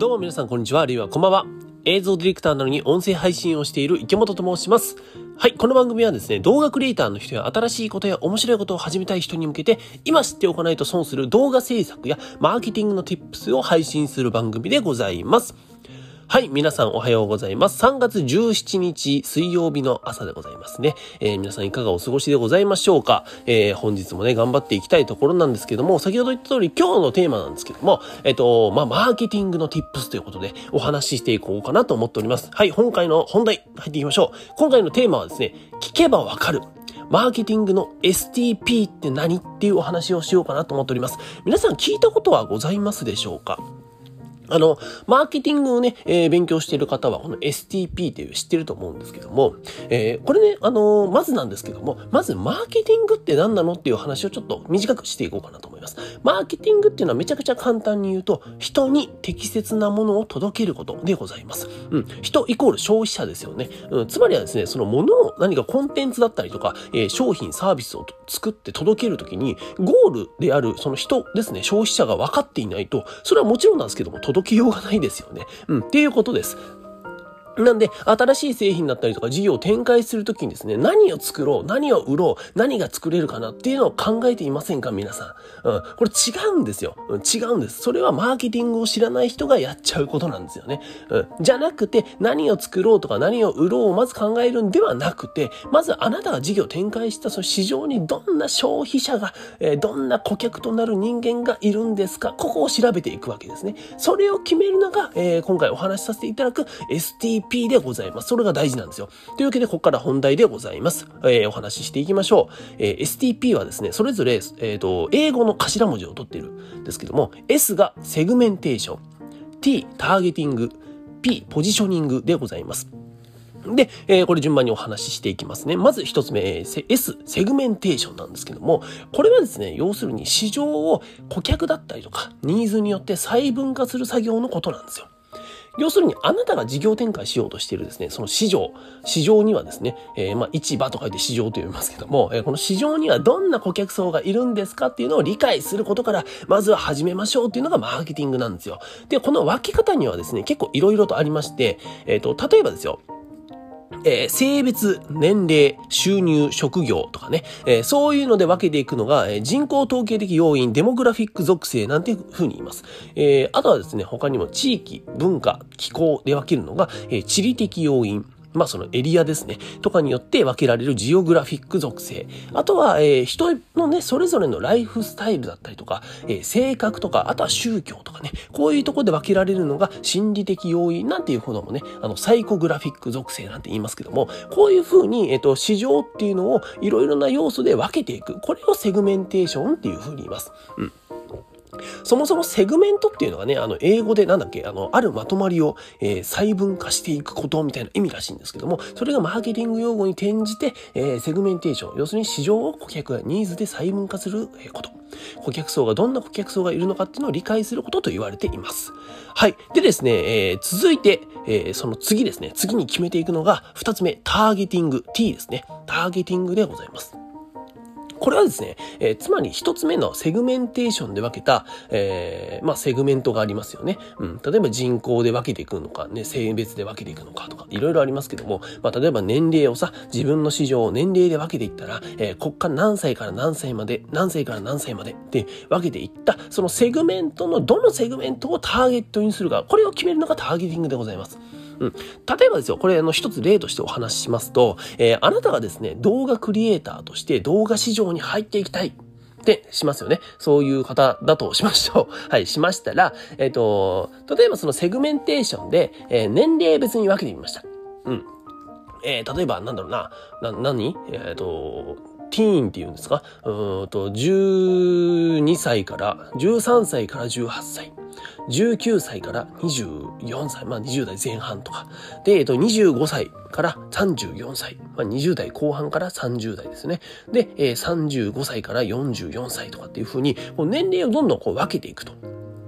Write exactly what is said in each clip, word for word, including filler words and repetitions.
どうも皆さんこんにちは、あるいはこんばんは。映像ディレクターなのに音声配信をしている池本と申します。はい、この番組はですね、動画クリエイターの人や新しいことや面白いことを始めたい人に向けて、今知っておかないと損する動画制作やマーケティングの Tips を配信する番組でございます。はい、皆さんおはようございます。さんがつじゅうしちにち水曜日の朝でございますね。えー、皆さんいかがお過ごしでございましょうか。えー、本日もね、頑張っていきたいところなんですけども、先ほど言った通り今日のテーマなんですけども、えっと、まあ、マーケティングの Tips ということでお話ししていこうかなと思っております。はい、今回の本題入っていきましょう。今回のテーマはですね、聞けばわかる。マーケティングの エスティーピー って何っていうお話をしようかなと思っております。皆さん聞いたことはございますでしょうか？あの、マーケティングをね、えー、勉強している方は、この エスティーピー っていう知ってると思うんですけども、えー、これね、あのー、まずなんですけども、まずマーケティングって何なのっていう話をちょっと短くしていこうかなと思います。マーケティングっていうのはめちゃくちゃ簡単に言うと、人に適切なものを届けることでございます。うん。人イコール消費者ですよね。うん。つまりはですね、そのものを何かコンテンツだったりとか、えー、商品、サービスを作って届けるときに、ゴールであるその人ですね、消費者が分かっていないと、それはもちろんなんですけども、届けようがないですよね。うん、っていうことです。なんで、新しい製品だったりとか事業を展開するときにですね、何を作ろう、何を売ろう、何が作れるかなっていうのを考えていませんか、皆さん。うん、これ違うんですよ、うん。違うんです。それはマーケティングを知らない人がやっちゃうことなんですよね。うん、じゃなくて、何を作ろうとか何を売ろうをまず考えるんではなくて、まずあなたが事業を展開したその市場にどんな消費者が、えー、どんな顧客となる人間がいるんですか、ここを調べていくわけですね。それを決めるのが、えー、今回お話しさせていただく エスティーピー でございます。それが大事なんですよ。というわけで、ここから本題でございます。えー、お話ししていきましょう。えー、エスティーピー はですね、それぞれ、えーと、英語の頭文字を取っているんですけども、S がセグメンテーション、T、ターゲティング、P、ポジショニングでございます。で、えー、これ順番にお話ししていきますね。まず一つ目、S、セグメンテーションなんですけども、これはですね、要するに市場を顧客だったりとか、ニーズによって細分化する作業のことなんですよ。要するに、あなたが事業展開しようとしているですね、その市場、市場にはですね、えー、まあ、市場と書いて市場と読みますけども、えー、この市場にはどんな顧客層がいるんですかっていうのを理解することから、まずは始めましょうっていうのがマーケティングなんですよ。で、この分け方にはですね、結構いろいろとありまして、えっと、例えばですよ、えー、性別、年齢、収入、職業とかね、えー、そういうので分けていくのが、えー、人口統計的要因、デモグラフィック属性なんていう風に言います。えー、あとはですね、他にも地域、文化、気候で分けるのが、えー、地理的要因、まあそのエリアですね。とかによって分けられるジオグラフィック属性。あとは、えー、人のね、それぞれのライフスタイルだったりとか、えー、性格とか、あとは宗教とかね。こういうところで分けられるのが心理的要因なんていうほどもね、あの、サイコグラフィック属性なんて言いますけども、こういう風に、えっと、市場っていうのをいろいろな要素で分けていく。これをセグメンテーションっていう風に言います。うん。そもそもセグメントっていうのがね、あの、英語でなんだっけ、あの、あるまとまりを、えー、細分化していくことみたいな意味らしいんですけども、それがマーケティング用語に転じて、えー、セグメンテーション、要するに市場を顧客やニーズで細分化すること。顧客層がどんな顧客層がいるのかっていうのを理解することと言われています。はい。でですね、えー、続いて、えー、その次ですね、次に決めていくのが、二つ目、ターゲティング、T ですね。ターゲティングでございます。これはですね、えー、つまり一つ目のセグメンテーションで分けた、えー、まあセグメントがありますよね。うん。例えば人口で分けていくのか、ね、性別で分けていくのかとか、いろいろありますけども、まあ例えば年齢をさ、自分の市場を年齢で分けていったら、えー、こっから何歳から何歳まで、何歳から何歳までって分けていった、そのセグメントのどのセグメントをターゲットにするか、これを決めるのがターゲティングでございます。うん、例えばですよ、これあの一つ例としてお話ししますと、えー、あなたがですね、動画クリエイターとして動画市場に入っていきたいってしますよね。そういう方だとしましょう。はい、しましたら、えっと、例えばそのセグメンテーションで、えー、年齢別に分けてみました。うん。えー、例えばなんだろうな、な、何えっと、ティーンっていうんですかうーんと、じゅうにさいから、じゅうさんさいからじゅうはっさい。じゅうきゅうさいからにじゅうよんさい、まあにじゅうだいぜん半とか。で、えっと、にじゅうごさいからさんじゅうよんさい、まあにじゅうだいこう半からさんじゅうだいですね。で、えー、さんじゅうごさいからよんじゅうよんさいとかっていう風に、もう年齢をどんどんこう分けていくと。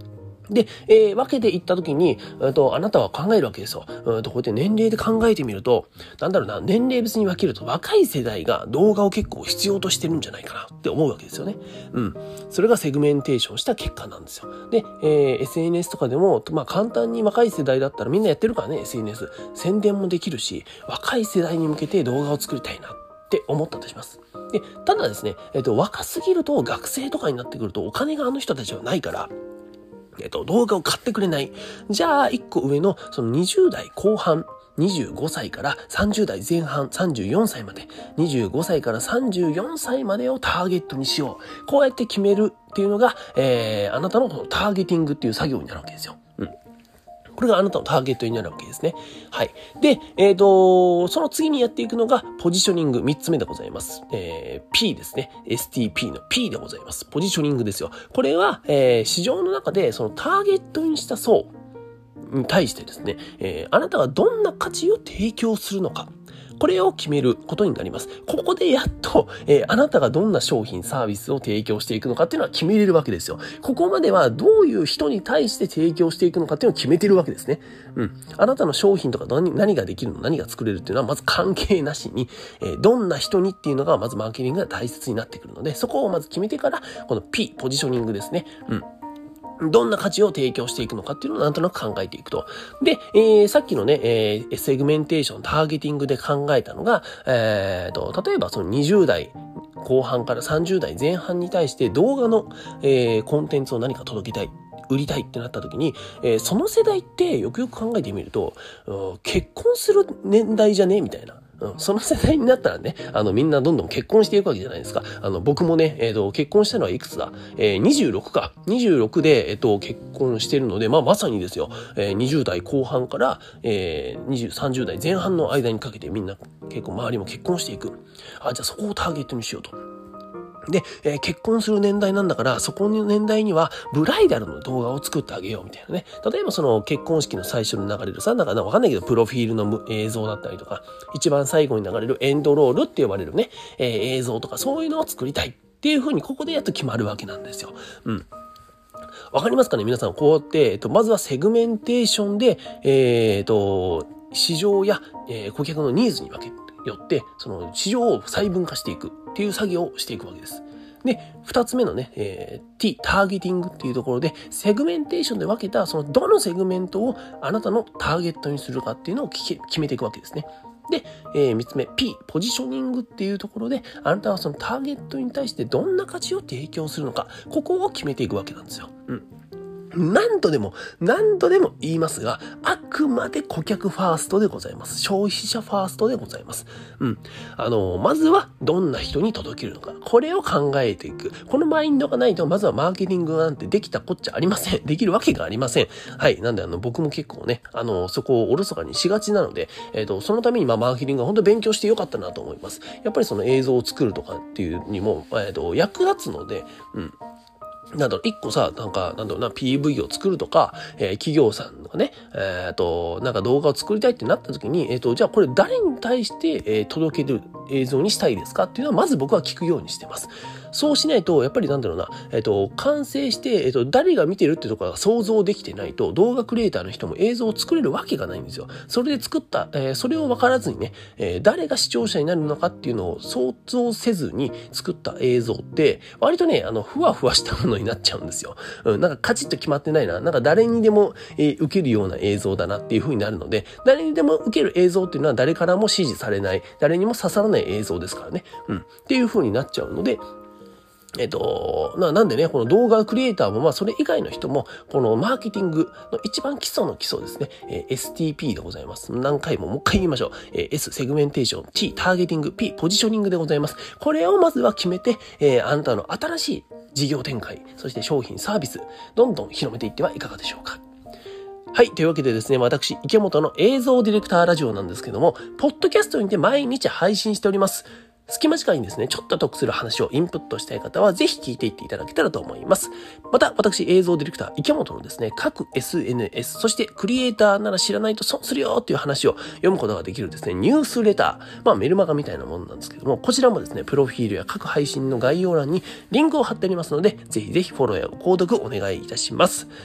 で、えー、分けていったときに、えーと、あなたは考えるわけですよ。うんと、こうやって年齢で考えてみると、なんだろうな、年齢別に分けると若い世代が動画を結構必要としてるんじゃないかなって思うわけですよね。うん。それがセグメンテーションした結果なんですよ。で、えー、エスエヌエス とかでも、まあ簡単に若い世代だったらみんなやってるからね、エスエヌエス。宣伝もできるし、若い世代に向けて動画を作りたいなって思ったとします。で、ただですね、えっと、若すぎると学生とかになってくるとお金があの人たちはないから、えっと、動画を買ってくれない。じゃあ、一個上の、そのにじゅう代後半、にじゅうごさいからさんじゅう代前半、さんじゅうよんさいまで、にじゅうごさいからさんじゅうよんさいまでをターゲットにしよう。こうやって決めるっていうのが、えー、あなたのターゲティングっていう作業になるわけですよ。うん。これがあなたのターゲットになるわけですね。はい。で、えっと、その次にやっていくのが、ポジショニングみっつめでございます。えー、P ですね。エスティーピー の P でございます。ポジショニングですよ。これは、えー、市場の中で、そのターゲットにした層に対してですね、えー、あなたがどんな価値を提供するのか。これを決めることになります。ここでやっと、えー、あなたがどんな商品、サービスを提供していくのかっていうのは決めれるわけですよ。ここまではどういう人に対して提供していくのかっていうのを決めてるわけですね。うん。あなたの商品とか何、何ができるの、何が作れるっていうのはまず関係なしに、えー、どんな人にっていうのがまずマーケティングが大切になってくるので、そこをまず決めてから、この P、ポジショニングですね。うん。どんな価値を提供していくのかっていうのをなんとなく考えていくと。で、えー、さっきのね、えー、セグメンテーション、ターゲティングで考えたのが、えーと、例えばそのにじゅう代後半からさんじゅう代前半に対して動画の、えー、コンテンツを何か届けたい。売りたいってなった時に、えー、その世代ってよくよく考えてみると、結婚する年代じゃねみたいな。うん、その世代になったらね、あの、みんなどんどん結婚していくわけじゃないですか。あの、僕もね、えっと、結婚したのはいくつだえー、にじゅうろくか。にじゅうろくで、えっと、結婚してるので、まあ、まさにですよ、えー、にじゅう代後半から、えー、にじゅう、さんじゅう代前半の間にかけてみんな結構周りも結婚していく。あ、じゃあそこをターゲットにしようと。で、えー、結婚する年代なんだから、そこの年代には、ブライダルの動画を作ってあげようみたいなね。例えばその結婚式の最初に流れるさ、なんかわかんないけど、プロフィールの映像だったりとか、一番最後に流れるエンドロールって呼ばれるね、えー、映像とかそういうのを作りたいっていう風に、ここでやっと決まるわけなんですよ。うん。わかりますかね皆さん、こうやって、えっと、まずはセグメンテーションで、えー、っと、市場や、えー、顧客のニーズに分けて、よって、その市場を細分化していくっていう作業をしていくわけです。で、二つ目のね、えー、T、ターゲティングっていうところで、セグメンテーションで分けた、そのどのセグメントをあなたのターゲットにするかっていうのを決めていくわけですね。で、えー、三つ目、P、ポジショニングっていうところで、あなたはそのターゲットに対してどんな価値を提供するのか、ここを決めていくわけなんですよ。うん。何度でも、何度でも言いますが、あくまで顧客ファーストでございます。消費者ファーストでございます。うん。あの、まずはどんな人に届けるのか。これを考えていく。このマインドがないと、まずはマーケティングなんてできたこっちゃありません。できるわけがありません。はい。なんで、あの、僕も結構ね、あの、そこをおろそかにしがちなので、えっと、そのために、まあ、マーケティングは本当に勉強してよかったなと思います。やっぱりその映像を作るとかっていうにも、えっと、役立つので、うん。なんだろう、一個さ、なんか、なんだろうな、ピーブイ を作るとか、えー、企業さんがね、えっと、なんか動画を作りたいってなった時に、えっと、じゃあこれ誰に対して、えー、届ける映像にしたいですかっていうのは、まず僕は聞くようにしてます。そうしないと、やっぱりなんだろうな、えっと、完成して、えっと、誰が見てるってところが想像できてないと、動画クリエイターの人も映像を作れるわけがないんですよ。それで作った、えー、それを分からずにね、えー、誰が視聴者になるのかっていうのを想像せずに作った映像って、割とね、あの、ふわふわしたものになっちゃうんですよ。うん、なんかカチッと決まってないな。なんか誰にでも、えー、受けるような映像だなっていう風になるので、誰にでも受ける映像っていうのは誰からも支持されない、誰にも刺さらない映像ですからね。うん。っていう風になっちゃうので、えっと、な、なんでね、この動画クリエイターも、まあ、それ以外の人も、このマーケティングの一番基礎の基礎ですね、えー、エスティーピー でございます。何回ももう一回言いましょう。えー、S、セグメンテーション、T、ターゲティング、P、ポジショニングでございます。これをまずは決めて、えー、あなたの新しい事業展開、そして商品、サービス、どんどん広めていってはいかがでしょうか。はい。というわけでですね、私、池本の映像ディレクターラジオなんですけども、ポッドキャストにて毎日配信しております。隙間時間にですね、ちょっと得する話をインプットしたい方は、ぜひ聞いていっていただけたらと思います。また、私、映像ディレクター、池本のですね、各 エスエヌエス、そしてクリエイターなら知らないと損するよっていう話を読むことができるですね、ニュースレター、まあメルマガみたいなものなんですけども、こちらもですね、プロフィールや各配信の概要欄にリンクを貼ってありますので、ぜひぜひフォローやご購読お願いいたします。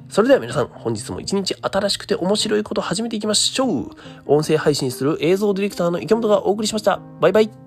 それでは皆さん、本日も一日新しくて面白いことを始めていきましょう。音声配信する映像ディレクターの池本がお送りしました。バイバイ。